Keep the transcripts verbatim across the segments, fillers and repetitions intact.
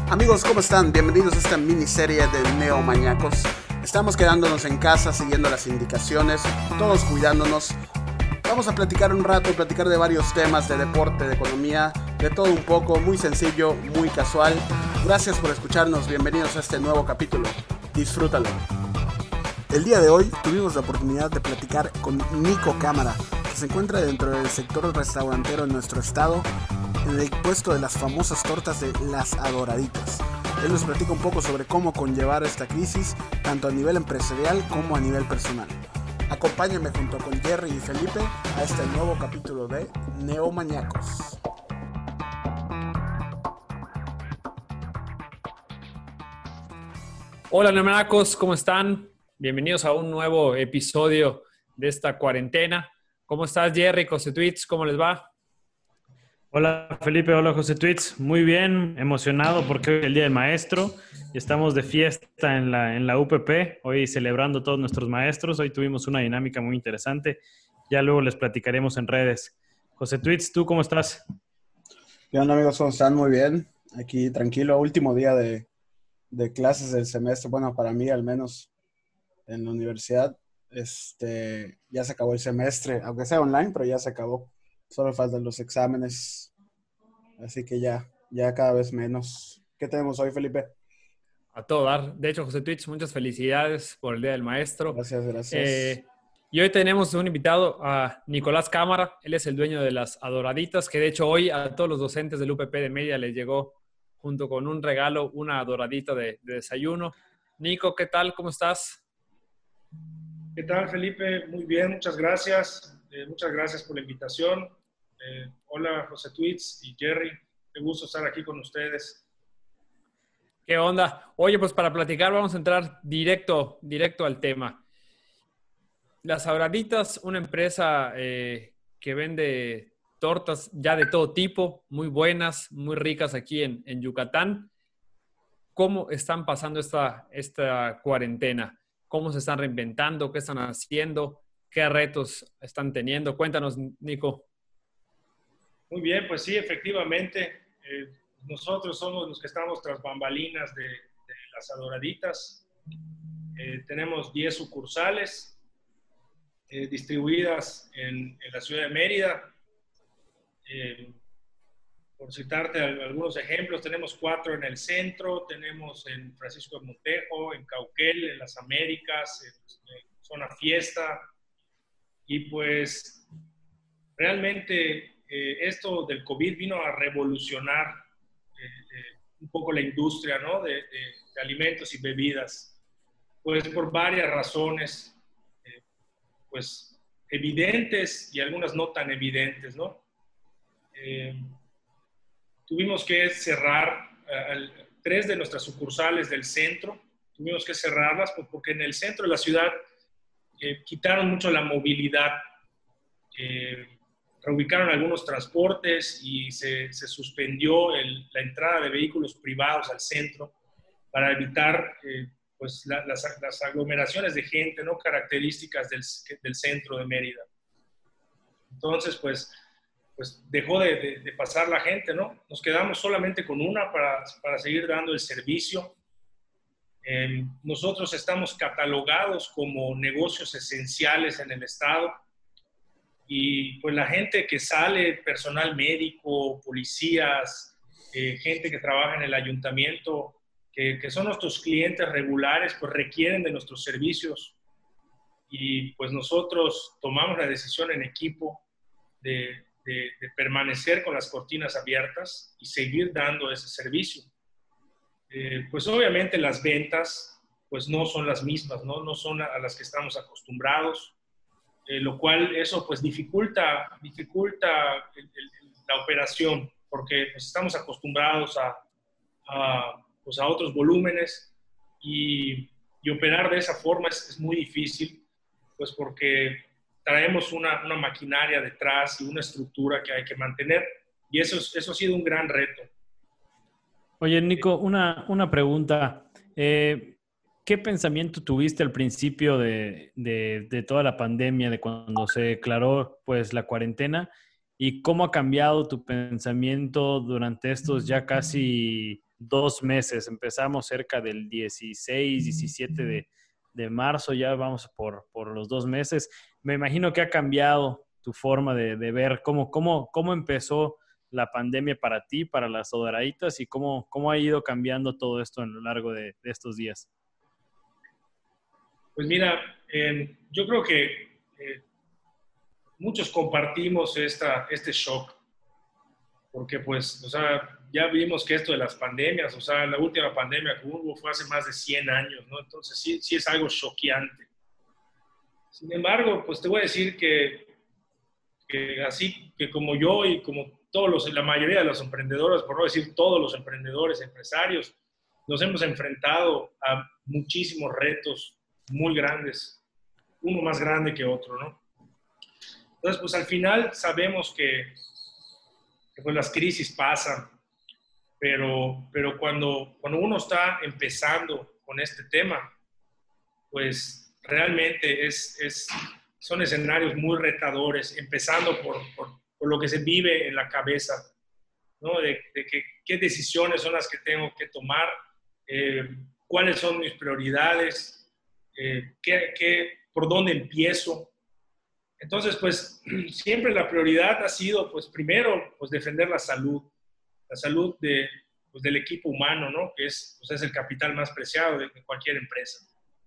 Amigos, ¿cómo están? Bienvenidos a esta miniserie de Neomañacos. Estamos quedándonos en casa, siguiendo las indicaciones, todos cuidándonos. Vamos a platicar un rato, platicar de varios temas, de deporte, de economía, de todo un poco, muy sencillo, muy casual. Gracias por escucharnos, bienvenidos a este nuevo capítulo. Disfrútalo. El día de hoy tuvimos la oportunidad de platicar con Nico Cámara, que se encuentra dentro del sector restaurantero en nuestro estado, en el puesto de las famosas tortas de Las Adoraditas. Él nos platica un poco sobre cómo conllevar esta crisis, tanto a nivel empresarial como a nivel personal. Acompáñenme junto con Jerry y Felipe a este nuevo capítulo de Neomañacos. Hola Neomañacos, ¿cómo están? Bienvenidos a un nuevo episodio de esta cuarentena. ¿Cómo estás, Jerry? José Tweets, ¿cómo les va? Hola Felipe, hola José Tweets. Muy bien, emocionado porque hoy es el Día del Maestro y estamos de fiesta en la, en la U P P, hoy celebrando a todos nuestros maestros. Hoy tuvimos una dinámica muy interesante, ya luego les platicaremos en redes. José Tweets, ¿tú cómo estás? ¿Qué onda, amigos? ¿Cómo están? Muy bien. Aquí tranquilo, último día de, de clases del semestre, bueno, para mí al menos en la universidad. Este, ya se acabó el semestre, aunque sea online, pero ya se acabó. Solo faltan los exámenes, así que ya, ya cada vez menos. ¿Qué tenemos hoy, Felipe? A todo dar. De hecho, José Tweets, muchas felicidades por el Día del Maestro. Gracias, gracias. Eh, y hoy tenemos un invitado, a Nicolás Cámara. Él es el dueño de Las Adoraditas, que de hecho hoy a todos los docentes del U P P de Mérida les llegó junto con un regalo, una adoradita de, de desayuno. Nico, ¿qué tal? ¿Cómo estás? ¿Qué tal, Felipe? Muy bien, muchas gracias. Eh, muchas gracias por la invitación. Eh, hola, José Tweets y Jerry. Qué gusto estar aquí con ustedes. ¿Qué onda? Oye, pues para platicar vamos a entrar directo, directo al tema. Las Adoraditas, una empresa eh, que vende tortas ya de todo tipo, muy buenas, muy ricas aquí en, en Yucatán. ¿Cómo están pasando esta, esta cuarentena? ¿Cómo se están reinventando? ¿Qué están haciendo? ¿Qué retos están teniendo? Cuéntanos, Nico. Muy bien, pues sí, efectivamente. Eh, nosotros somos los que estamos tras bambalinas de, de Las Adoraditas. Eh, tenemos diez sucursales eh, distribuidas en, en la ciudad de Mérida. Eh, por citarte algunos ejemplos, tenemos cuatro en el centro, tenemos en Francisco de Montejo, en Cauquel, en las Américas, en, en Zona Fiesta. Y pues realmente eh, esto del COVID vino a revolucionar eh, eh, un poco la industria, ¿no? de, de, de alimentos y bebidas, pues por varias razones, eh, pues evidentes y algunas no tan evidentes, ¿no? Eh, tuvimos que cerrar eh, tres de nuestras sucursales del centro, tuvimos que cerrarlas porque en el centro de la ciudad eh, quitaron mucho la movilidad, eh, reubicaron algunos transportes y se, se suspendió el, la entrada de vehículos privados al centro para evitar eh, pues, la, las, las aglomeraciones de gente, ¿no? Características del, del centro de Mérida. Entonces, pues, pues dejó de, de, de pasar la gente, ¿no? Nos quedamos solamente con una para, para seguir dando el servicio. Eh, nosotros estamos catalogados como negocios esenciales en el estado. Y pues la gente que sale, personal médico, policías, eh, gente que trabaja en el ayuntamiento, que, que son nuestros clientes regulares, pues requieren de nuestros servicios. Y pues nosotros tomamos la decisión en equipo de, de, de permanecer con las cortinas abiertas y seguir dando ese servicio. Eh, pues obviamente las ventas pues no son las mismas, ¿no? No son a las que estamos acostumbrados. Eh, lo cual eso pues dificulta, dificulta el, el, la operación, porque pues, estamos acostumbrados a, a, pues, a otros volúmenes y, y operar de esa forma es, es muy difícil, pues porque traemos una, una maquinaria detrás y una estructura que hay que mantener, y eso, es, eso ha sido un gran reto. Oye, Nico, una, una pregunta. Eh, ¿Qué pensamiento tuviste al principio de, de, de toda la pandemia, de cuando se declaró pues, la cuarentena? ¿Y cómo ha cambiado tu pensamiento durante estos ya casi dos meses. Empezamos cerca del dieciséis, diecisiete de, de marzo, ya vamos por, por los dos meses. Me imagino que ha cambiado tu forma de, de ver cómo, cómo, cómo empezó la pandemia para ti, para las Doraditas, y cómo, cómo ha ido cambiando todo esto a lo largo de, de estos días. Pues mira, eh, yo creo que eh, muchos compartimos esta, este shock, porque pues, o sea, ya vimos que esto de las pandemias, o sea, la última pandemia que hubo fue hace más de cien años, ¿no? Entonces sí, sí es algo choqueante. Sin embargo, pues te voy a decir que, que así que como yo y como todos los, la mayoría de los emprendedores, por no decir todos los emprendedores, empresarios, nos hemos enfrentado a muchísimos retos muy grandes, uno más grande que otro, ¿no? Entonces, pues al final sabemos que, que pues las crisis pasan, pero, pero cuando, cuando uno está empezando con este tema, pues realmente es, es, son escenarios muy retadores, empezando por, por, por lo que se vive en la cabeza, ¿no? De, de que, qué decisiones son las que tengo que tomar, eh, cuáles son mis prioridades, Eh, ¿qué, qué, por dónde empiezo. Entonces, pues, siempre la prioridad ha sido, pues, primero, pues, defender la salud, la salud de, pues, del equipo humano, ¿no? Que es, pues, es el capital más preciado de, de cualquier empresa.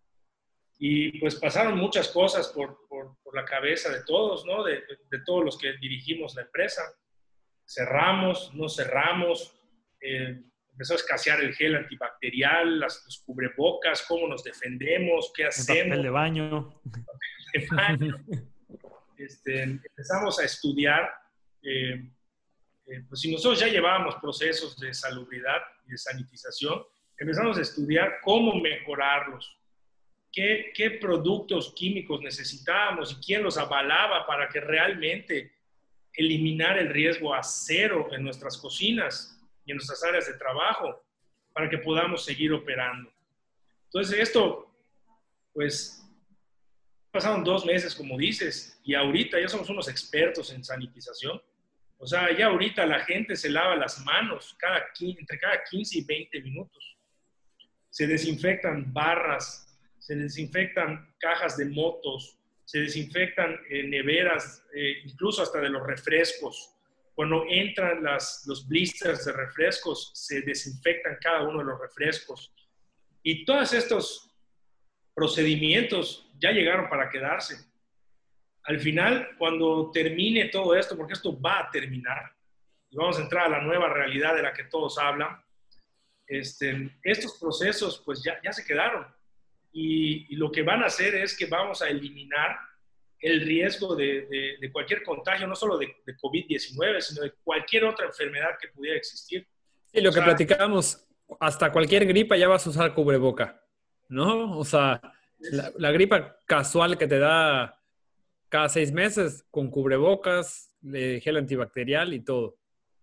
Y, pues, pasaron muchas cosas por, por, por la cabeza de todos, ¿no? De, de, de todos los que dirigimos la empresa. Cerramos, no cerramos, eh, empezó a escasear el gel antibacterial, las, los cubrebocas, cómo nos defendemos, qué hacemos. El papel de baño. El papel de baño. Este, empezamos a estudiar, eh, eh, pues si nosotros ya llevábamos procesos de salubridad y de sanitización, empezamos a estudiar cómo mejorarlos, qué, qué productos químicos necesitábamos y quién los avalaba para que realmente eliminar el riesgo a cero en nuestras cocinas y en nuestras áreas de trabajo, para que podamos seguir operando. Entonces esto, pues, pasaron dos meses, como dices, y ahorita ya somos unos expertos en sanitización. O sea, ya ahorita la gente se lava las manos cada, entre cada quince y veinte minutos. Se desinfectan barras, se desinfectan cajas de motos, se desinfectan eh, neveras, eh, incluso hasta de los refrescos. Cuando entran las, los blisters de refrescos, se desinfectan cada uno de los refrescos. Y todos estos procedimientos ya llegaron para quedarse. Al final, cuando termine todo esto, porque esto va a terminar, y vamos a entrar a la nueva realidad de la que todos hablan, este, estos procesos pues ya, ya se quedaron. Y, y lo que van a hacer es que vamos a eliminar el riesgo de, de, de cualquier contagio, no solo de, de COVID diecinueve, sino de cualquier otra enfermedad que pudiera existir. Y lo o que sea, platicábamos, hasta cualquier gripa ya vas a usar cubreboca, ¿no? O sea, la, la gripa casual que te da cada seis meses, con cubrebocas, eh, gel antibacterial y todo.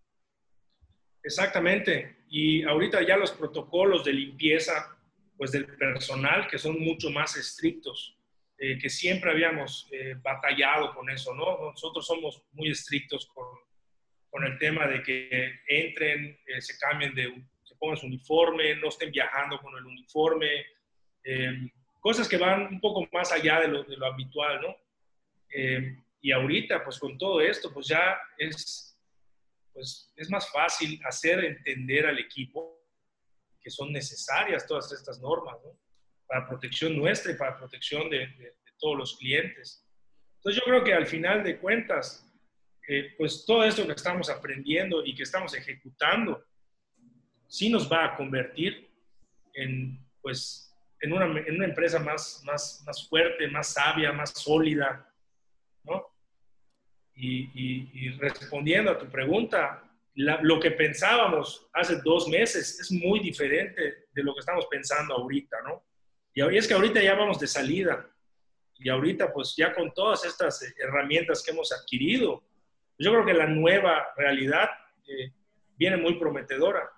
Exactamente. Y ahorita ya los protocolos de limpieza, pues del personal, que son mucho más estrictos. Eh, que siempre habíamos eh, batallado con eso, ¿no? Nosotros somos muy estrictos con, con el tema de que entren, eh, se cambien de, se pongan su uniforme, no estén viajando con el uniforme, eh, cosas que van un poco más allá de lo, de lo habitual, ¿no? Eh, y ahorita, pues con todo esto, pues ya es, pues, es más fácil hacer entender al equipo que son necesarias todas estas normas, ¿no? Para protección nuestra y para protección de, de, de todos los clientes. Entonces yo creo que al final de cuentas, eh, pues todo esto que estamos aprendiendo y que estamos ejecutando, sí nos va a convertir en, pues, en, una, en una empresa más, más, más fuerte, más sabia, más sólida, ¿no? Y, y, y respondiendo a tu pregunta, la, lo que pensábamos hace dos meses es muy diferente de lo que estamos pensando ahorita, ¿no? Y es que ahorita ya vamos de salida. Y ahorita, pues ya con todas estas herramientas que hemos adquirido, yo creo que la nueva realidad eh, viene muy prometedora.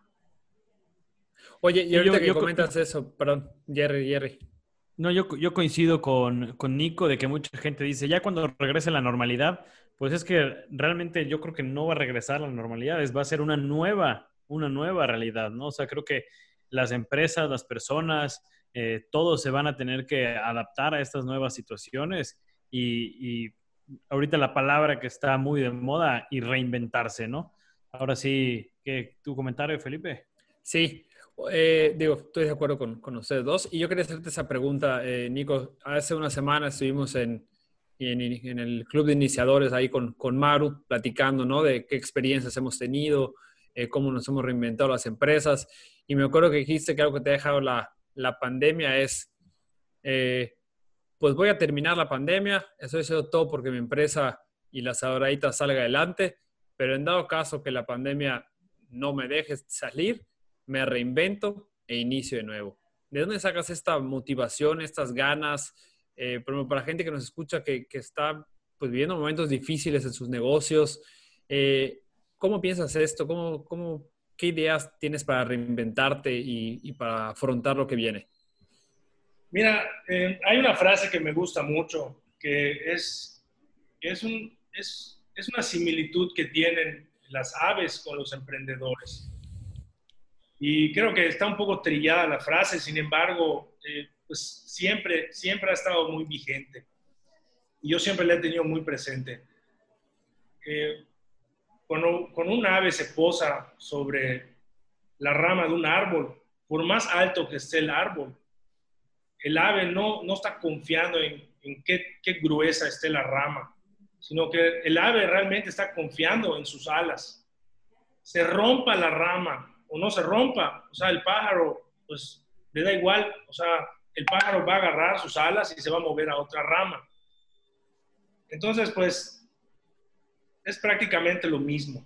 Oye, y ahorita yo, que yo, comentas eso, perdón, Jerry, Jerry. No, yo, yo coincido con, con Nico de que mucha gente dice, ya cuando regrese la normalidad, pues es que realmente yo creo que no va a regresar a la normalidad, es, va a ser una nueva, una nueva realidad, ¿no? O sea, creo que las empresas, las personas, eh, todos se van a tener que adaptar a estas nuevas situaciones y, y ahorita la palabra que está muy de moda y reinventarse, ¿no? Ahora sí, ¿qué, tu comentario, Felipe? Sí, eh, digo, estoy de acuerdo con, con ustedes dos. Y yo quería hacerte esa pregunta, eh, Nico. Hace una semana estuvimos en, en, en el Club de Iniciadores ahí con, con Maru, platicando, ¿no? De qué experiencias hemos tenido, eh, cómo nos hemos reinventado las empresas. Y me acuerdo que dijiste que algo que te ha dejado la, la pandemia es, eh, pues voy a terminar la pandemia, estoy haciendo todo porque mi empresa y las adoraditas salga adelante, pero en dado caso que la pandemia no me deje salir, me reinvento e inicio de nuevo. ¿De dónde sacas esta motivación, estas ganas? Eh, por- para gente que nos escucha, que, que está pues, viviendo momentos difíciles en sus negocios, eh, ¿cómo piensas esto? ¿Cómo, cómo, qué ideas tienes para reinventarte y, y para afrontar lo que viene? Mira, eh, hay una frase que me gusta mucho, que es, es, un, es, es una similitud que tienen las aves con los emprendedores. Y creo que está un poco trillada la frase, sin embargo, eh, pues siempre, siempre ha estado muy vigente. Y yo siempre la he tenido muy presente. Eh, cuando, cuando un ave se posa sobre la rama de un árbol, por más alto que esté el árbol, el ave no, no está confiando en, en qué, qué gruesa esté la rama, sino que el ave realmente está confiando en sus alas. Se rompa la rama o no se rompa, o sea, el pájaro, pues, le da igual, o sea, el pájaro va a agarrar sus alas y se va a mover a otra rama. Entonces, pues, es prácticamente lo mismo.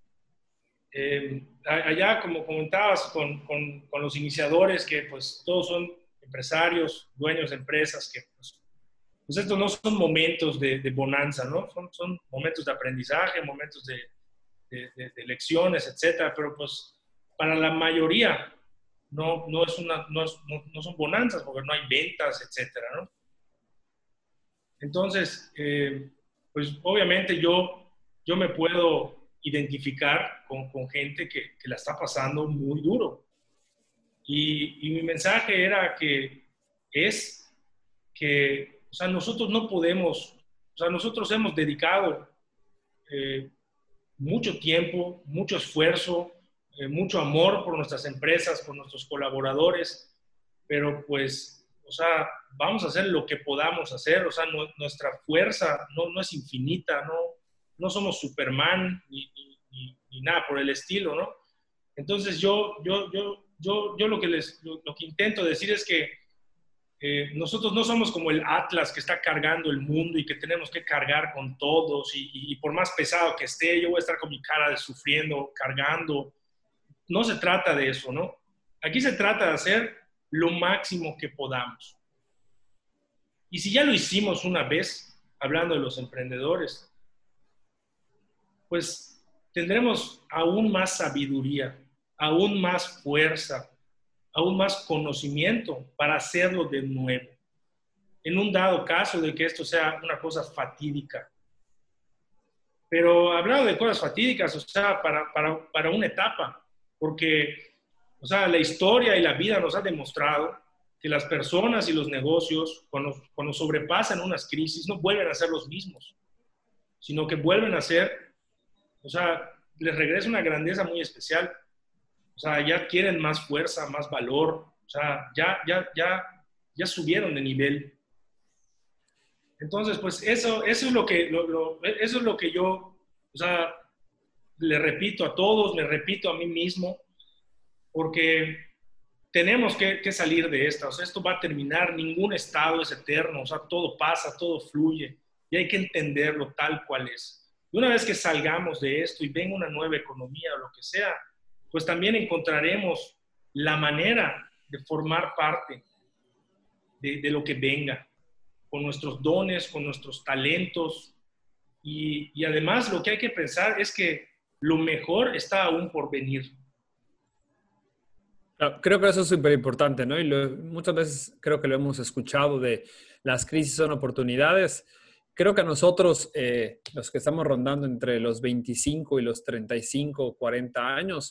Eh, allá, como comentabas, con, con, con los iniciadores, que pues todos son empresarios, dueños de empresas, que pues, pues estos no son momentos de, de bonanza, ¿no? Son, son momentos de aprendizaje, momentos de, de, de, de lecciones, etcétera, pero pues para la mayoría no, no, es una, no, es, no, no son bonanzas porque no hay ventas, etcétera, ¿no? Entonces, eh, pues obviamente yo, yo me puedo identificar con, con gente que, que la está pasando muy duro. Y, y mi mensaje era que es que, o sea, nosotros no podemos, o sea, nosotros hemos dedicado eh, mucho tiempo, mucho esfuerzo, eh, mucho amor por nuestras empresas, por nuestros colaboradores, pero pues, o sea, vamos a hacer lo que podamos hacer, o sea, no, nuestra fuerza no, no es infinita, no, no somos Superman ni, ni, ni, ni nada por el estilo, ¿no? Entonces yo, yo, yo, yo, yo lo, que les, lo, lo que intento decir es que eh, nosotros no somos como el Atlas que está cargando el mundo y que tenemos que cargar con todos y, y, y por más pesado que esté, yo voy a estar con mi cara de sufriendo, cargando. No se trata de eso, ¿no? Aquí se trata de hacer lo máximo que podamos. Y si ya lo hicimos una vez, hablando de los emprendedores, pues tendremos aún más sabiduría, aún más fuerza, aún más conocimiento para hacerlo de nuevo. En un dado caso de que esto sea una cosa fatídica. Pero hablando de cosas fatídicas, o sea, para, para, para una etapa, porque, o sea, la historia y la vida nos ha demostrado que las personas y los negocios, cuando, cuando sobrepasan unas crisis, no vuelven a ser los mismos, sino que vuelven a ser, o sea, les regresa una grandeza muy especial. O sea, ya quieren más fuerza, más valor, o sea, ya, ya, ya, ya subieron de nivel. Entonces, pues eso, eso, es lo que, lo, lo, eso es lo que yo, o sea, le repito a todos, me repito a mí mismo, porque tenemos que, que salir de esta. O sea, esto va a terminar, ningún estado es eterno, o sea, todo pasa, todo fluye, y hay que entenderlo tal cual es. Y una vez que salgamos de esto y venga una nueva economía o lo que sea, pues también encontraremos la manera de formar parte de, de lo que venga, con nuestros dones, con nuestros talentos. Y, y además lo que hay que pensar es que lo mejor está aún por venir. Creo que eso es súper importante, ¿no? Y lo, muchas veces creo que lo hemos escuchado de las crisis son oportunidades. Creo que a nosotros, eh, los que estamos rondando entre los veinticinco y los treinta y cinco o cuarenta años,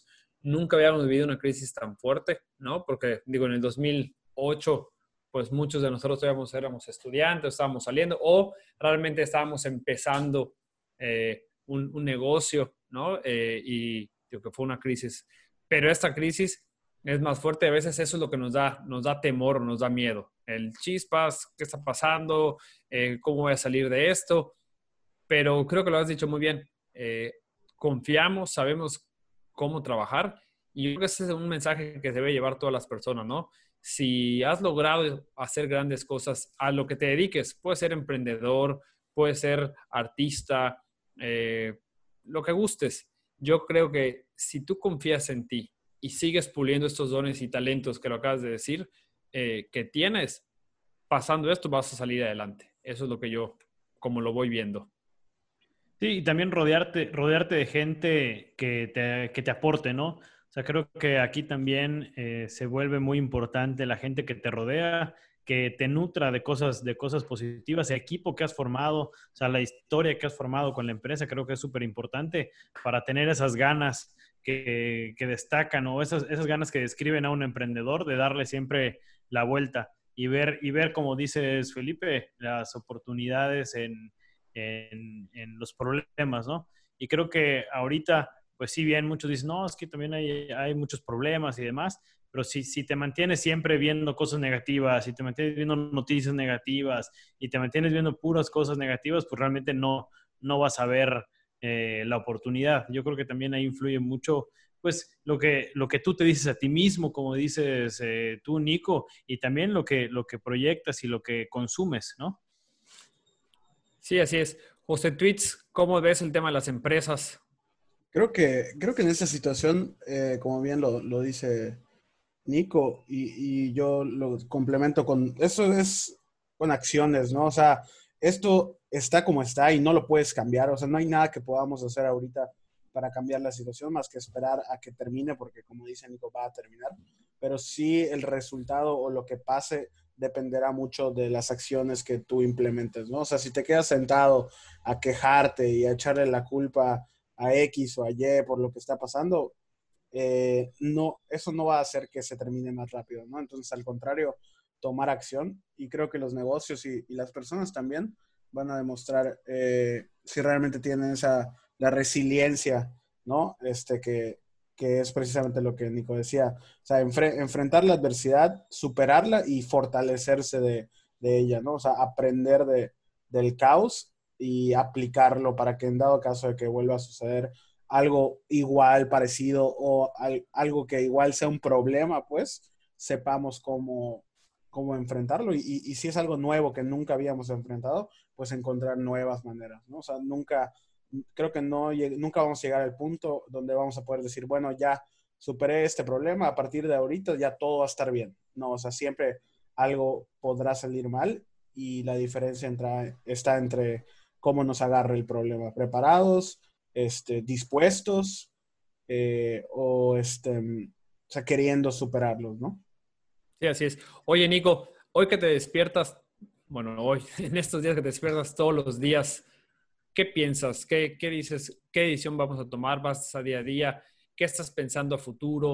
nunca habíamos vivido una crisis tan fuerte, ¿no? Porque, digo, en el dos mil ocho, pues muchos de nosotros éramos, éramos estudiantes, estábamos saliendo o realmente estábamos empezando eh, un, un negocio, ¿no? Eh, y digo que fue una crisis. Pero esta crisis es más fuerte. A veces eso es lo que nos da, nos da temor, nos da miedo. El chispas, ¿qué está pasando? Eh, ¿Cómo voy a salir de esto? Pero creo que lo has dicho muy bien. Eh, confiamos, sabemos cómo trabajar y yo creo que ese es un mensaje que debe llevar todas las personas, ¿no? Si has logrado hacer grandes cosas a lo que te dediques, puedes ser emprendedor, puedes ser artista, eh, lo que gustes. Yo creo que si tú confías en ti y sigues puliendo estos dones y talentos que lo acabas de decir, eh, que tienes, pasando esto vas a salir adelante. Eso es lo que yo, como lo voy viendo. Sí, y también rodearte, rodearte de gente que te, que te aporte, ¿no? O sea, creo que aquí también eh, se vuelve muy importante la gente que te rodea, que te nutra de cosas, de cosas positivas, el equipo que has formado, o sea, la historia que has formado con la empresa, creo que es súper importante para tener esas ganas que, que destacan o esas, esas ganas que describen a un emprendedor de darle siempre la vuelta y ver, y ver, como dices, Felipe, las oportunidades en En, en los problemas, ¿no? Y creo que ahorita, pues si bien muchos dicen, no, es que también hay, hay muchos problemas y demás, pero si, si te mantienes siempre viendo cosas negativas, si te mantienes viendo noticias negativas y te mantienes viendo puras cosas negativas, pues realmente no, no vas a ver eh, la oportunidad. Yo creo que también ahí influye mucho, pues, lo que, lo que tú te dices a ti mismo, como dices eh, tú, Nico, y también lo que, lo que proyectas y lo que consumes, ¿no? Sí, así es. José Tweets, ¿cómo ves el tema de las empresas? Creo que, creo que en esta situación, eh, como bien lo, lo dice Nico, y, y yo lo complemento con, eso es con acciones, ¿no? O sea, esto está como está y no lo puedes cambiar, o sea, no hay nada que podamos hacer ahorita para cambiar la situación más que esperar a que termine, porque como dice Nico, va a terminar, pero sí el resultado o lo que pase dependerá mucho de las acciones que tú implementes, ¿no? O sea, si te quedas sentado a quejarte y a echarle la culpa a X o a Y por lo que está pasando, eh, no, eso no va a hacer que se termine más rápido, ¿no? Entonces, al contrario, tomar acción y creo que los negocios y, y las personas también van a demostrar eh, si realmente tienen esa, la resiliencia, ¿no? Este, que, que es precisamente lo que Nico decía, o sea, enfre enfrentar la adversidad, superarla y fortalecerse de, de ella, ¿no? O sea, aprender de, del caos y aplicarlo para que en dado caso de que vuelva a suceder algo igual, parecido o al, algo que igual sea un problema, pues sepamos cómo, cómo enfrentarlo y, y, y si es algo nuevo que nunca habíamos enfrentado, pues encontrar nuevas maneras, ¿no? O sea, nunca, creo que no, nunca vamos a llegar al punto donde vamos a poder decir, bueno, ya superé este problema, a partir de ahorita ya todo va a estar bien. No, o sea, siempre algo podrá salir mal y la diferencia entra, está entre cómo nos agarre el problema, preparados, este, dispuestos eh, o, este, o sea, queriendo superarlos, ¿no? Sí, así es. Oye, Nico, hoy que te despiertas, bueno, hoy, en estos días que te despiertas todos los días, ¿qué piensas? ¿Qué, qué dices? ¿Qué decisión vamos a tomar? ¿Vas a día a día? ¿Qué estás pensando a futuro?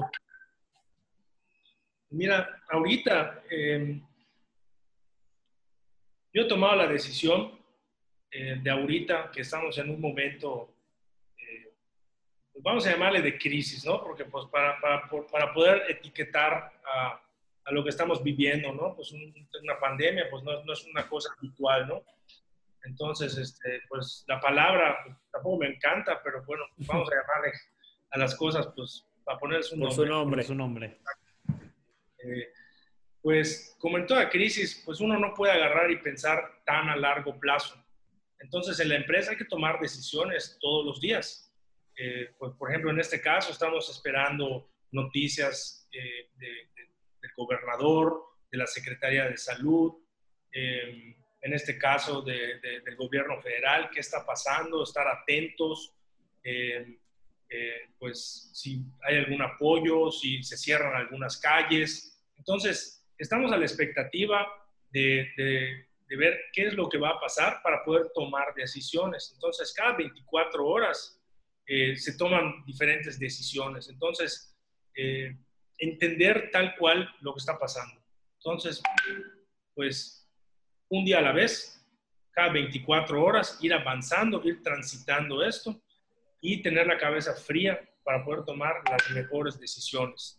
Mira, ahorita eh, yo he tomado la decisión eh, de ahorita que estamos en un momento, eh, pues vamos a llamarle de crisis, ¿no? Porque pues para, para, para poder etiquetar a, a lo que estamos viviendo, ¿no? Pues un, una pandemia, pues no, no es una cosa habitual, ¿no? Entonces, este, pues la palabra pues, tampoco me encanta, pero bueno, vamos a llamarle a las cosas, pues, para poner su Por nombre. su nombre. Por su nombre. Eh, pues, como en toda crisis, pues uno no puede agarrar y pensar tan a largo plazo. Entonces, en la empresa hay que tomar decisiones todos los días. Eh, pues, por ejemplo, en este caso, estamos esperando noticias eh, de, de, del gobernador, de la Secretaría de Salud, eh, en este caso de, de, del gobierno federal, qué está pasando, estar atentos, eh, eh, pues si hay algún apoyo, si se cierran algunas calles. Entonces, estamos a la expectativa de, de, de ver qué es lo que va a pasar para poder tomar decisiones. Entonces, cada veinticuatro horas eh, se toman diferentes decisiones. Entonces, eh, entender tal cual lo que está pasando. Entonces, pues, un día a la vez, cada veinticuatro horas, ir avanzando, ir transitando esto y tener la cabeza fría para poder tomar las mejores decisiones.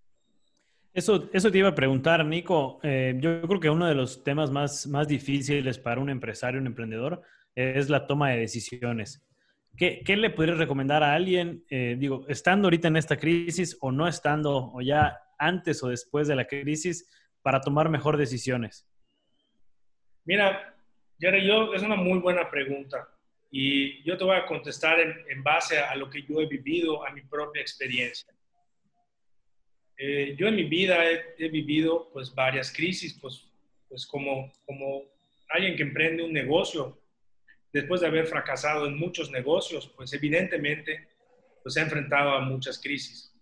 Eso, eso te iba a preguntar, Nico. Eh, yo creo que uno de los temas más, más difíciles para un empresario, un emprendedor, es la toma de decisiones. ¿Qué, qué le podrías recomendar a alguien, eh, digo, estando ahorita en esta crisis o no estando, o ya antes o después de la crisis, para tomar mejor decisiones? Mira, Jerry, yo, es una muy buena pregunta y yo te voy a contestar en, en base a lo que yo he vivido, a mi propia experiencia. Eh, yo en mi vida he, he vivido pues varias crisis, pues, pues como, como alguien que emprende un negocio, después de haber fracasado en muchos negocios, pues evidentemente pues, se ha enfrentado a muchas crisis.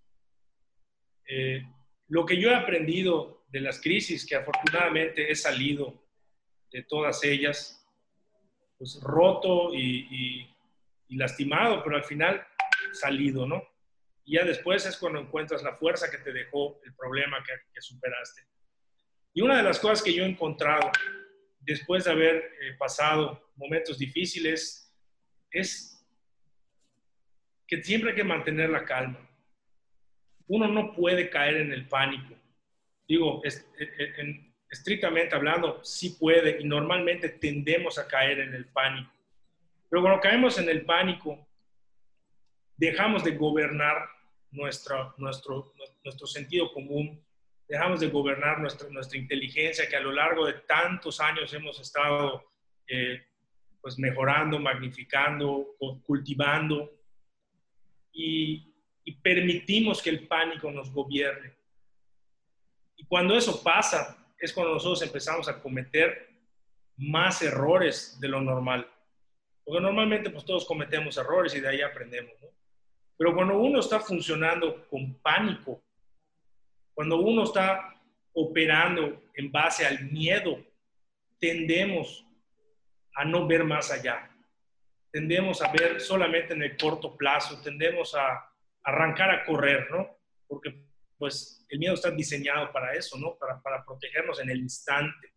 Eh, lo que yo he aprendido de las crisis, que afortunadamente he salido de todas ellas, pues roto y, y, y lastimado, pero al final salido, ¿no? Y ya después es cuando encuentras la fuerza que te dejó el problema que, que superaste. Y una de las cosas que yo he encontrado después de haber eh, pasado momentos difíciles es que siempre hay que mantener la calma. Uno no puede caer en el pánico. Digo, es, en, en, estrictamente hablando, sí puede y normalmente tendemos a caer en el pánico. Pero cuando caemos en el pánico, dejamos de gobernar nuestra, nuestro, nuestro sentido común, dejamos de gobernar nuestra, nuestra inteligencia que a lo largo de tantos años hemos estado eh, pues mejorando, magnificando, cultivando y, y permitimos que el pánico nos gobierne. Y cuando eso pasa, es cuando nosotros empezamos a cometer más errores de lo normal. Porque normalmente pues todos cometemos errores y de ahí aprendemos, ¿no? Pero cuando uno está funcionando con pánico, cuando uno está operando en base al miedo, tendemos a no ver más allá. Tendemos a ver solamente en el corto plazo, tendemos a arrancar a correr, ¿no? Porque pues el miedo está diseñado para eso, ¿no? Para, para protegernos en el instante.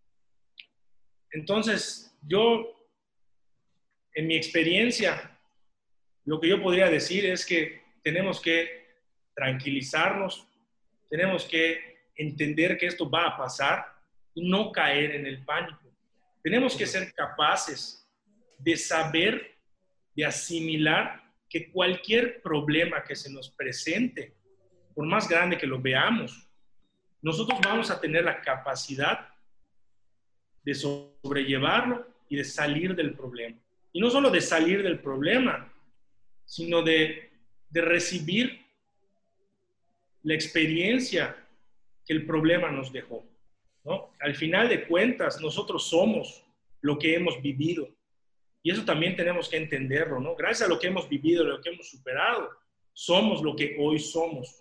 Entonces, yo, en mi experiencia, lo que yo podría decir es que tenemos que tranquilizarnos, tenemos que entender que esto va a pasar y no caer en el pánico. Tenemos que ser capaces de saber, de asimilar que cualquier problema que se nos presente, por más grande que lo veamos, nosotros vamos a tener la capacidad de sobrellevarlo y de salir del problema. Y no solo de salir del problema, sino de, de recibir la experiencia que el problema nos dejó, ¿no? Al final de cuentas, nosotros somos lo que hemos vivido. Y eso también tenemos que entenderlo, ¿no? Gracias a lo que hemos vivido, lo que hemos superado, somos lo que hoy somos.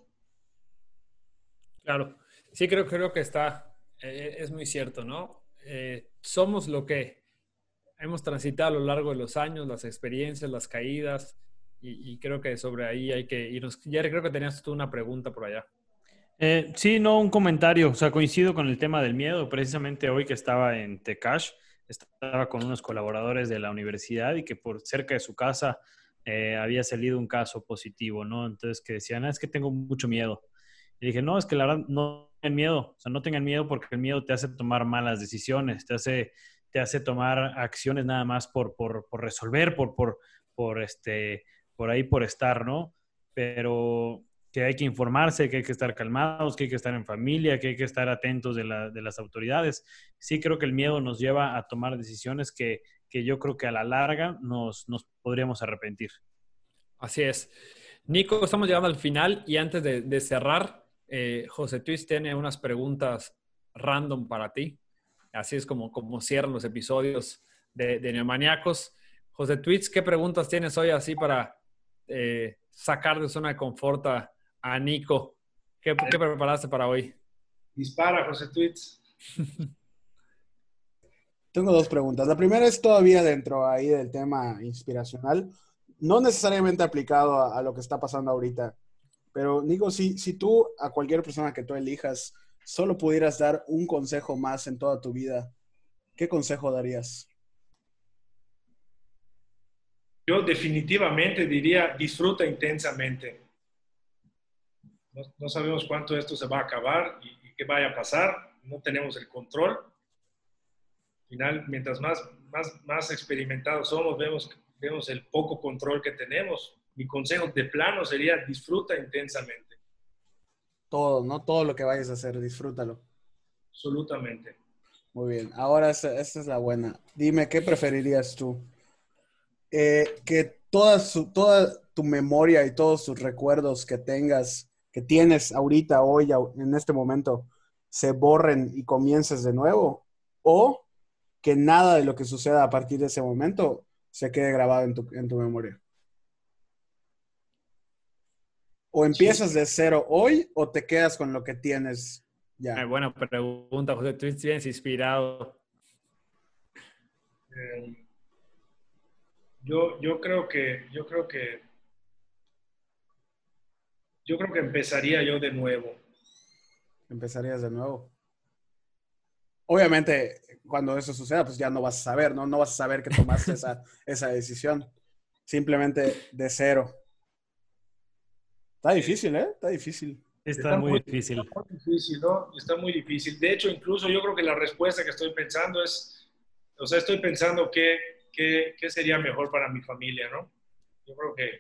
Claro. Sí, creo, creo que está, eh, es muy cierto, ¿no? Eh, somos lo que hemos transitado a lo largo de los años, las experiencias, las caídas, y, y creo que sobre ahí hay que irnos. Jerry, creo que tenías tú una pregunta por allá. Eh, sí, no, un comentario. O sea, coincido con el tema del miedo. Precisamente hoy que estaba en Tcash, estaba con unos colaboradores de la universidad y que por cerca de su casa eh, había salido un caso positivo, ¿no? Entonces que decían, ah, es que tengo mucho miedo. Y dije, no, es que la verdad no tengan miedo. O sea, no tengan miedo porque el miedo te hace tomar malas decisiones, te hace, te hace tomar acciones nada más por, por, por resolver, por, por, por, este, por ahí por estar, ¿no? Pero que hay que informarse, que hay que estar calmados, que hay que estar en familia, que hay que estar atentos de, la, de las autoridades. Sí creo que el miedo nos lleva a tomar decisiones que, que yo creo que a la larga nos, nos podríamos arrepentir. Así es. Nico, estamos llegando al final y antes de, de cerrar, eh, José Twitch tiene unas preguntas random para ti. Así es como, como cierran los episodios de, de Neomaniacos. José Twitch, ¿qué preguntas tienes hoy así para eh, sacar de zona de confort a, a Nico? ¿Qué, ¿Qué preparaste para hoy? Dispara, José Twitch. Tengo dos preguntas. La primera es todavía dentro ahí del tema inspiracional, no necesariamente aplicado a, a lo que está pasando ahorita. Pero Nico, si, si tú a cualquier persona que tú elijas solo pudieras dar un consejo más en toda tu vida, ¿qué consejo darías? Yo definitivamente diría, disfruta intensamente. No, no sabemos cuánto esto se va a acabar y, y qué vaya a pasar. No tenemos el control. Al final, mientras más, más, más experimentados somos, vemos, vemos el poco control que tenemos. Mi consejo de plano sería, disfruta intensamente. Todo, ¿no? Todo lo que vayas a hacer, disfrútalo. Absolutamente. Muy bien. Ahora esta, esta es la buena. Dime, ¿qué preferirías tú? Eh, que toda, su, toda tu memoria y todos tus recuerdos que tengas, que tienes ahorita, hoy, en este momento, se borren y comiences de nuevo, o que nada de lo que suceda a partir de ese momento se quede grabado en tu, en tu memoria. O empiezas Sí. de cero hoy o te quedas con lo que tienes ya. Eh, buena pregunta, José. Tú vienes inspirado. Eh, yo, yo creo que, yo creo que, yo creo que empezaría yo de nuevo. Empezarías de nuevo. Obviamente, cuando eso suceda, pues ya no vas a saber, ¿no? No vas a saber que tomaste esa, esa decisión. Simplemente de cero. Está difícil, ¿eh? Está difícil. Está, Está muy, muy- difícil. Está muy difícil, ¿no? Está muy difícil. De hecho, incluso yo creo que la respuesta que estoy pensando es, o sea, estoy pensando qué, qué, qué sería mejor para mi familia, ¿no? Yo creo que...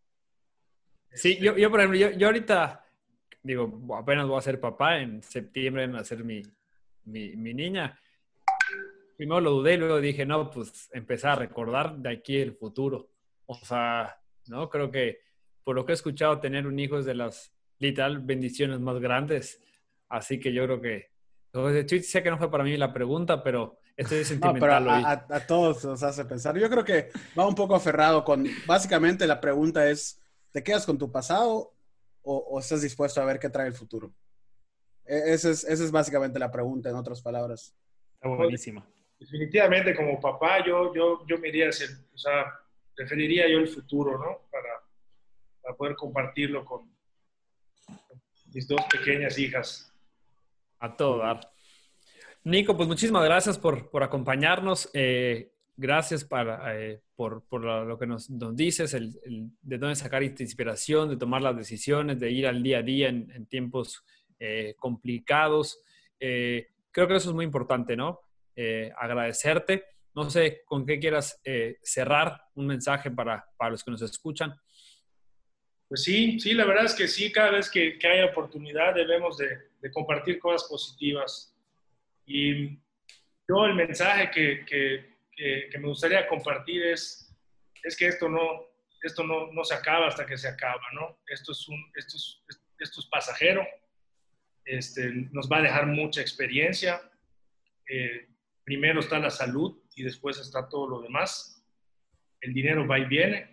Sí, este, yo, yo por ejemplo, yo, yo ahorita, digo, apenas voy a ser papá, en septiembre va a ser mi, mi, mi niña. Primero lo dudé y luego dije, no, pues empezar a recordar de aquí el futuro. O sea, ¿no? Creo que por lo que he escuchado, tener un hijo es de las literal bendiciones más grandes. Así que yo creo que, entonces, sí, sé que no fue para mí la pregunta, pero estoy No, pero sentimental a, hoy. a- a todos nos hace pensar. Yo creo que va un poco aferrado con, básicamente la pregunta es, ¿te quedas con tu pasado o, o estás dispuesto a ver qué trae el futuro? E- Esa es, esa es básicamente la pregunta, en otras palabras. Está buenísimo. definitivamente como papá yo, yo, yo me iría hacia, el- o sea, preferiría yo el futuro, ¿no? Para, para poder compartirlo con, con mis dos pequeñas hijas. A todo dar. Nico, pues muchísimas gracias por, por acompañarnos. Eh, gracias para, eh, por, por lo, lo que nos, nos dices, el, el- de dónde sacar esta inspiración, de tomar las decisiones, de ir al día a día en, en tiempos eh, complicados. Eh, creo que eso es muy importante, ¿no? Eh, agradecerte. No sé con qué quieras eh, cerrar un mensaje para, para los que nos escuchan. Pues sí, sí, la verdad es que sí, cada vez que, que haya oportunidad debemos de, de compartir cosas positivas. Y yo el mensaje que, que, que, que me gustaría compartir es, es que esto, no, esto no, no se acaba hasta que se acaba, ¿no? Esto es, un, esto es, esto es pasajero, este, nos va a dejar mucha experiencia. Eh, primero está la salud y después está todo lo demás. El dinero va y viene.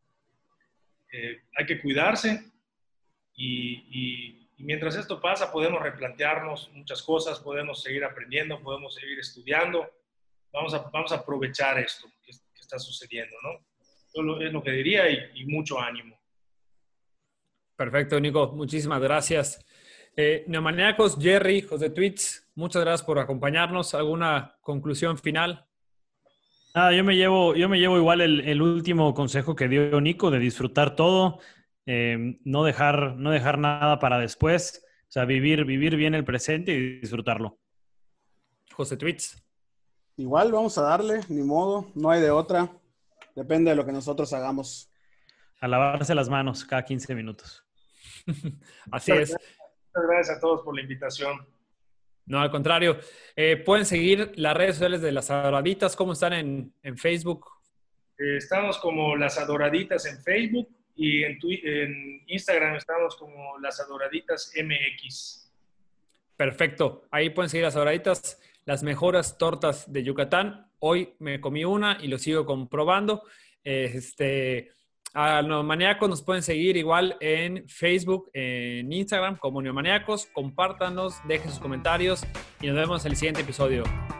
Eh, hay que cuidarse y, y, y mientras esto pasa podemos replantearnos muchas cosas, podemos seguir aprendiendo, podemos seguir estudiando, vamos a, vamos a aprovechar esto que, que está sucediendo, ¿no? Eso es lo que diría y, y mucho ánimo. Perfecto, Nico. Muchísimas gracias. Eh, Neomaníacos, Jerry, José Tweets, muchas gracias por acompañarnos. ¿Alguna conclusión final? Nada, yo me llevo, yo me llevo igual el, el último consejo que dio Nico, de disfrutar todo, eh, no dejar, no dejar nada para después, o sea, vivir, vivir bien el presente y disfrutarlo. José Tweets. Igual vamos a darle, ni modo, no hay de otra. Depende de lo que nosotros hagamos. A lavarse las manos cada quince minutos. Así es. Muchas gracias a todos por la invitación. No, al contrario. Eh, pueden seguir las redes sociales de Las Adoraditas. ¿Cómo están en, en Facebook? Eh, estamos como Las Adoraditas en Facebook y en, Twitter, en Instagram estamos como Las Adoraditas M X. Perfecto. Ahí pueden seguir Las Adoraditas, las mejores tortas de Yucatán. Hoy me comí una y lo sigo comprobando. Este, a Neomaníacos nos pueden seguir igual en Facebook, en Instagram como Neomaníacos. Compártanos, dejen sus comentarios y nos vemos en el siguiente episodio.